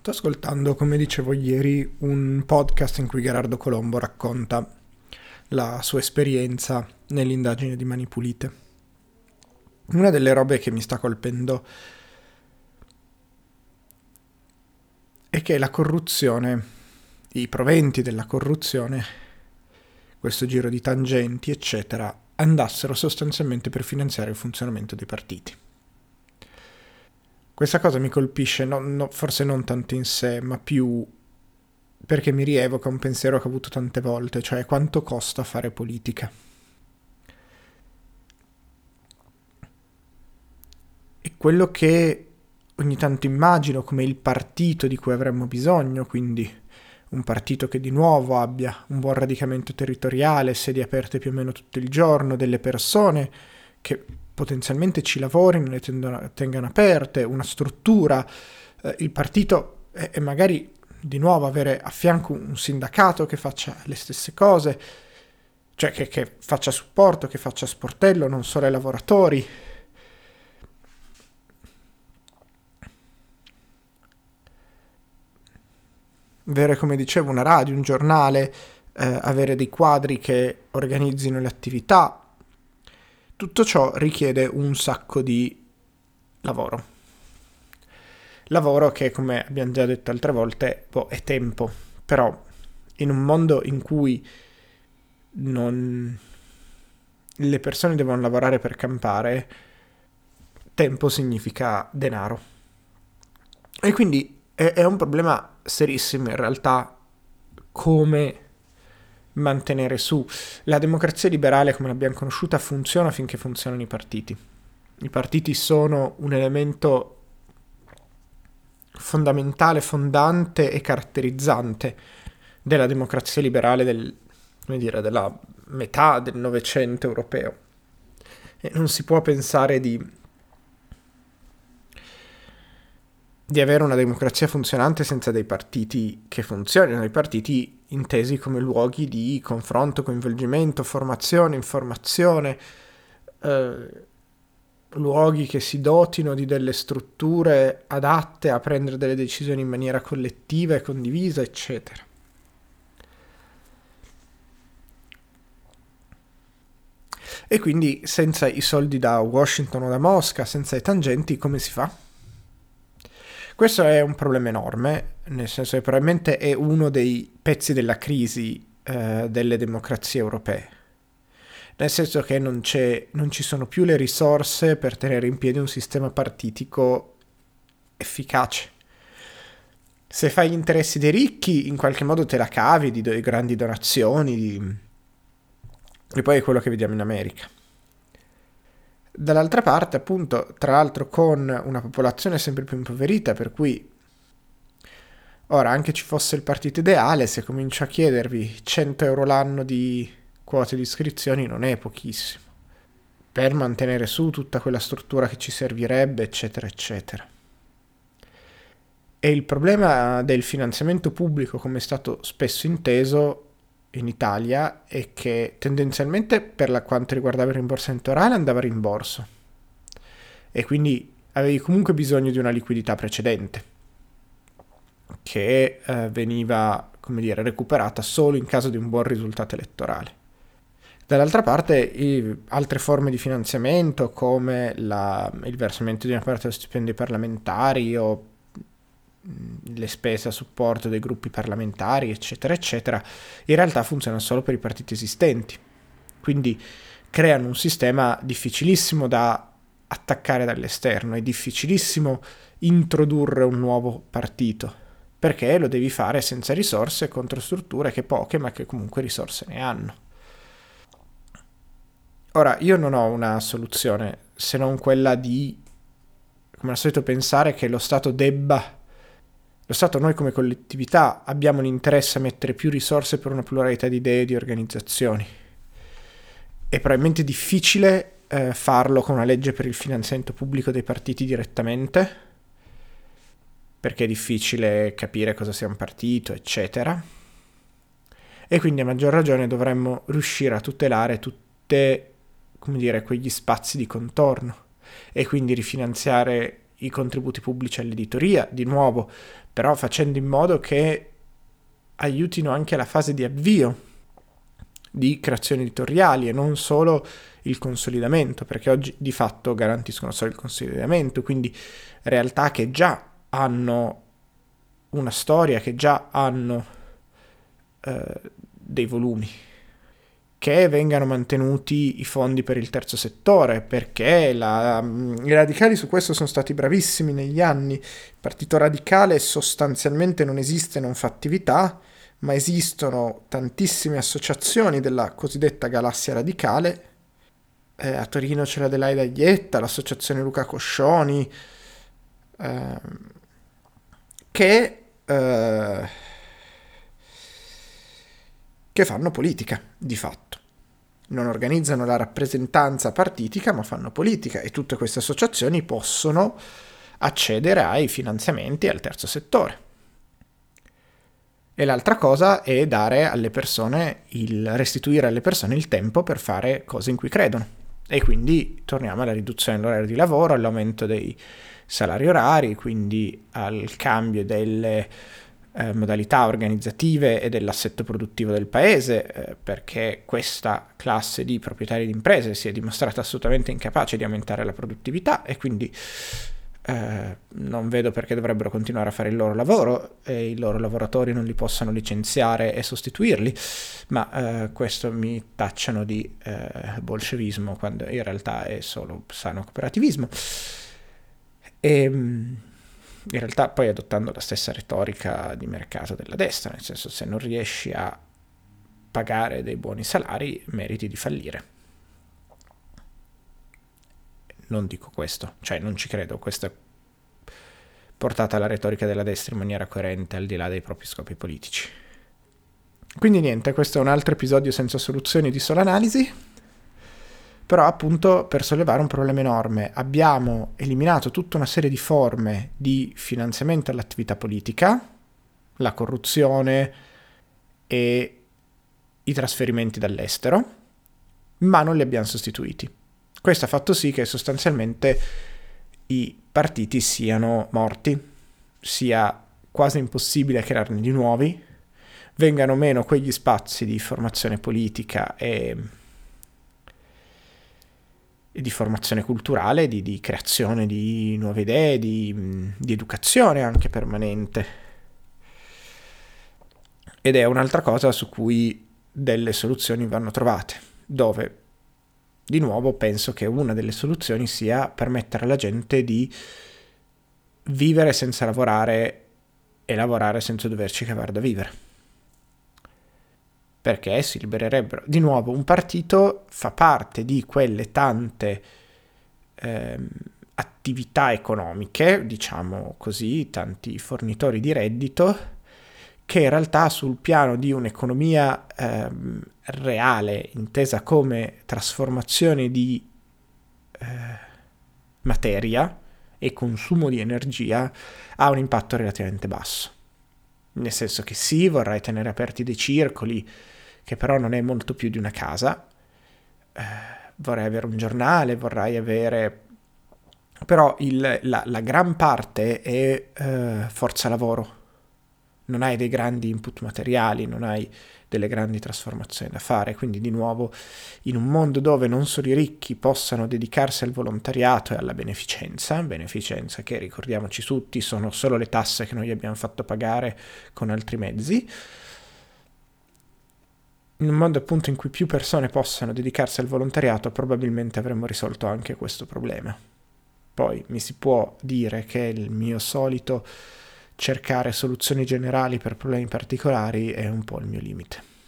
Sto ascoltando, come dicevo ieri, un podcast in cui Gerardo Colombo racconta la sua esperienza nell'indagine di Mani Pulite. Una delle robe che mi sta colpendo è che la corruzione, i proventi della corruzione, questo giro di tangenti, eccetera, andassero sostanzialmente per finanziare il funzionamento dei partiti. Questa cosa mi colpisce, forse non tanto in sé, ma più perché mi rievoca un pensiero che ho avuto tante volte, cioè quanto costa fare politica. E quello che ogni tanto immagino come il partito di cui avremmo bisogno, quindi un partito che di nuovo abbia un buon radicamento territoriale, sedie aperte più o meno tutto il giorno, delle persone che potenzialmente ci lavorino, le tengano aperte, una struttura, il partito e magari di nuovo avere a fianco un sindacato che faccia le stesse cose, cioè che faccia supporto, che faccia sportello, non solo ai lavoratori. Avere, come dicevo, una radio, un giornale, avere dei quadri che organizzino le attività. Tutto ciò richiede un sacco di lavoro. Lavoro che, come abbiamo già detto altre volte, è tempo. Però in un mondo in cui le persone devono lavorare per campare, tempo significa denaro. E quindi è un problema serissimo in realtà come mantenere su. La democrazia liberale, come l'abbiamo conosciuta, funziona finché funzionano i partiti. I partiti sono un elemento fondamentale, fondante e caratterizzante della democrazia liberale della metà del Novecento europeo. E non si può pensare di avere una democrazia funzionante senza dei partiti che funzionino, dei partiti intesi come luoghi di confronto, coinvolgimento, formazione, informazione, luoghi che si dotino di delle strutture adatte a prendere delle decisioni in maniera collettiva e condivisa, eccetera. E quindi senza i soldi da Washington o da Mosca, senza i tangenti, come si fa? Questo è un problema enorme, nel senso che probabilmente è uno dei pezzi della crisi delle democrazie europee. Nel senso che non ci sono più le risorse per tenere in piedi un sistema partitico efficace. Se fai gli interessi dei ricchi, in qualche modo te la cavi di grandi donazioni, e poi è quello che vediamo in America. Dall'altra parte, appunto, tra l'altro con una popolazione sempre più impoverita, per cui ora anche ci fosse il partito ideale, se comincio a chiedervi 100 euro l'anno di quote di iscrizioni non è pochissimo per mantenere su tutta quella struttura che ci servirebbe, eccetera, eccetera. E il problema del finanziamento pubblico, come è stato spesso inteso in Italia, è che tendenzialmente per quanto riguardava il rimborsamento orale andava a rimborso e quindi avevi comunque bisogno di una liquidità precedente che veniva, come dire, recuperata solo in caso di un buon risultato elettorale. Dall'altra parte altre forme di finanziamento come il versamento di una parte dello stipendio parlamentari o le spese a supporto dei gruppi parlamentari, eccetera, eccetera, in realtà funzionano solo per i partiti esistenti. Quindi creano un sistema difficilissimo da attaccare dall'esterno, è difficilissimo introdurre un nuovo partito, perché lo devi fare senza risorse contro strutture che poche, ma che comunque risorse ne hanno. Ora, io non ho una soluzione, se non quella di, come al solito, pensare che lo Stato noi come collettività abbiamo l'interesse a mettere più risorse per una pluralità di idee e di organizzazioni. È probabilmente difficile farlo con una legge per il finanziamento pubblico dei partiti direttamente, perché è difficile capire cosa sia un partito, eccetera. E quindi a maggior ragione dovremmo riuscire a tutelare tutte, come dire, quegli spazi di contorno e quindi rifinanziare i contributi pubblici all'editoria, di nuovo, però facendo in modo che aiutino anche la fase di avvio di creazioni editoriali e non solo il consolidamento, perché oggi di fatto garantiscono solo il consolidamento, quindi realtà che già hanno una storia, che già hanno dei volumi, che vengano mantenuti i fondi per il terzo settore, perché i radicali su questo sono stati bravissimi negli anni. Il partito radicale sostanzialmente non esiste, non fa attività, ma esistono tantissime associazioni della cosiddetta galassia radicale. A Torino c'è la Adelaide Aglietta, l'associazione Luca Coscioni, che fanno politica, di fatto. Non organizzano la rappresentanza partitica, ma fanno politica, e tutte queste associazioni possono accedere ai finanziamenti al terzo settore. E l'altra cosa è dare alle persone restituire alle persone il tempo per fare cose in cui credono. E quindi torniamo alla riduzione dell'orario di lavoro, all'aumento dei salari orari, quindi al cambio delle modalità organizzative e dell'assetto produttivo del paese, perché questa classe di proprietari di imprese si è dimostrata assolutamente incapace di aumentare la produttività, e quindi non vedo perché dovrebbero continuare a fare il loro lavoro e i loro lavoratori non li possano licenziare e sostituirli, ma questo mi tacciano di bolscevismo, quando in realtà è solo sano cooperativismo. E in realtà poi adottando la stessa retorica di mercato della destra, nel senso, se non riesci a pagare dei buoni salari meriti di fallire. Non dico questo, cioè non ci credo, questa è portata alla retorica della destra in maniera coerente al di là dei propri scopi politici. Quindi niente, questo è un altro episodio senza soluzioni di sola analisi, però appunto per sollevare un problema enorme. Abbiamo eliminato tutta una serie di forme di finanziamento all'attività politica, la corruzione e i trasferimenti dall'estero, ma non li abbiamo sostituiti. Questo ha fatto sì che sostanzialmente i partiti siano morti, sia quasi impossibile crearne di nuovi, vengano meno quegli spazi di formazione politica e di formazione culturale, di creazione di nuove idee, di educazione anche permanente. Ed è un'altra cosa su cui delle soluzioni vanno trovate, dove di nuovo penso che una delle soluzioni sia permettere alla gente di vivere senza lavorare e lavorare senza doverci cavare da vivere. Perché si libererebbero. Di nuovo, un partito fa parte di quelle tante attività economiche, diciamo così, tanti fornitori di reddito, che in realtà sul piano di un'economia reale, intesa come trasformazione di materia e consumo di energia, ha un impatto relativamente basso. Nel senso che sì, vorrai tenere aperti dei circoli, che però non è molto più di una casa, vorrai avere un giornale, vorrai avere... però la gran parte è forza lavoro. Non hai dei grandi input materiali, non hai delle grandi trasformazioni da fare, quindi di nuovo in un mondo dove non solo i ricchi possano dedicarsi al volontariato e alla beneficenza che, ricordiamoci tutti, sono solo le tasse che noi abbiamo fatto pagare con altri mezzi, in un mondo appunto in cui più persone possano dedicarsi al volontariato, probabilmente avremmo risolto anche questo problema. Poi mi si può dire che il mio solito cercare soluzioni generali per problemi particolari è un po' il mio limite.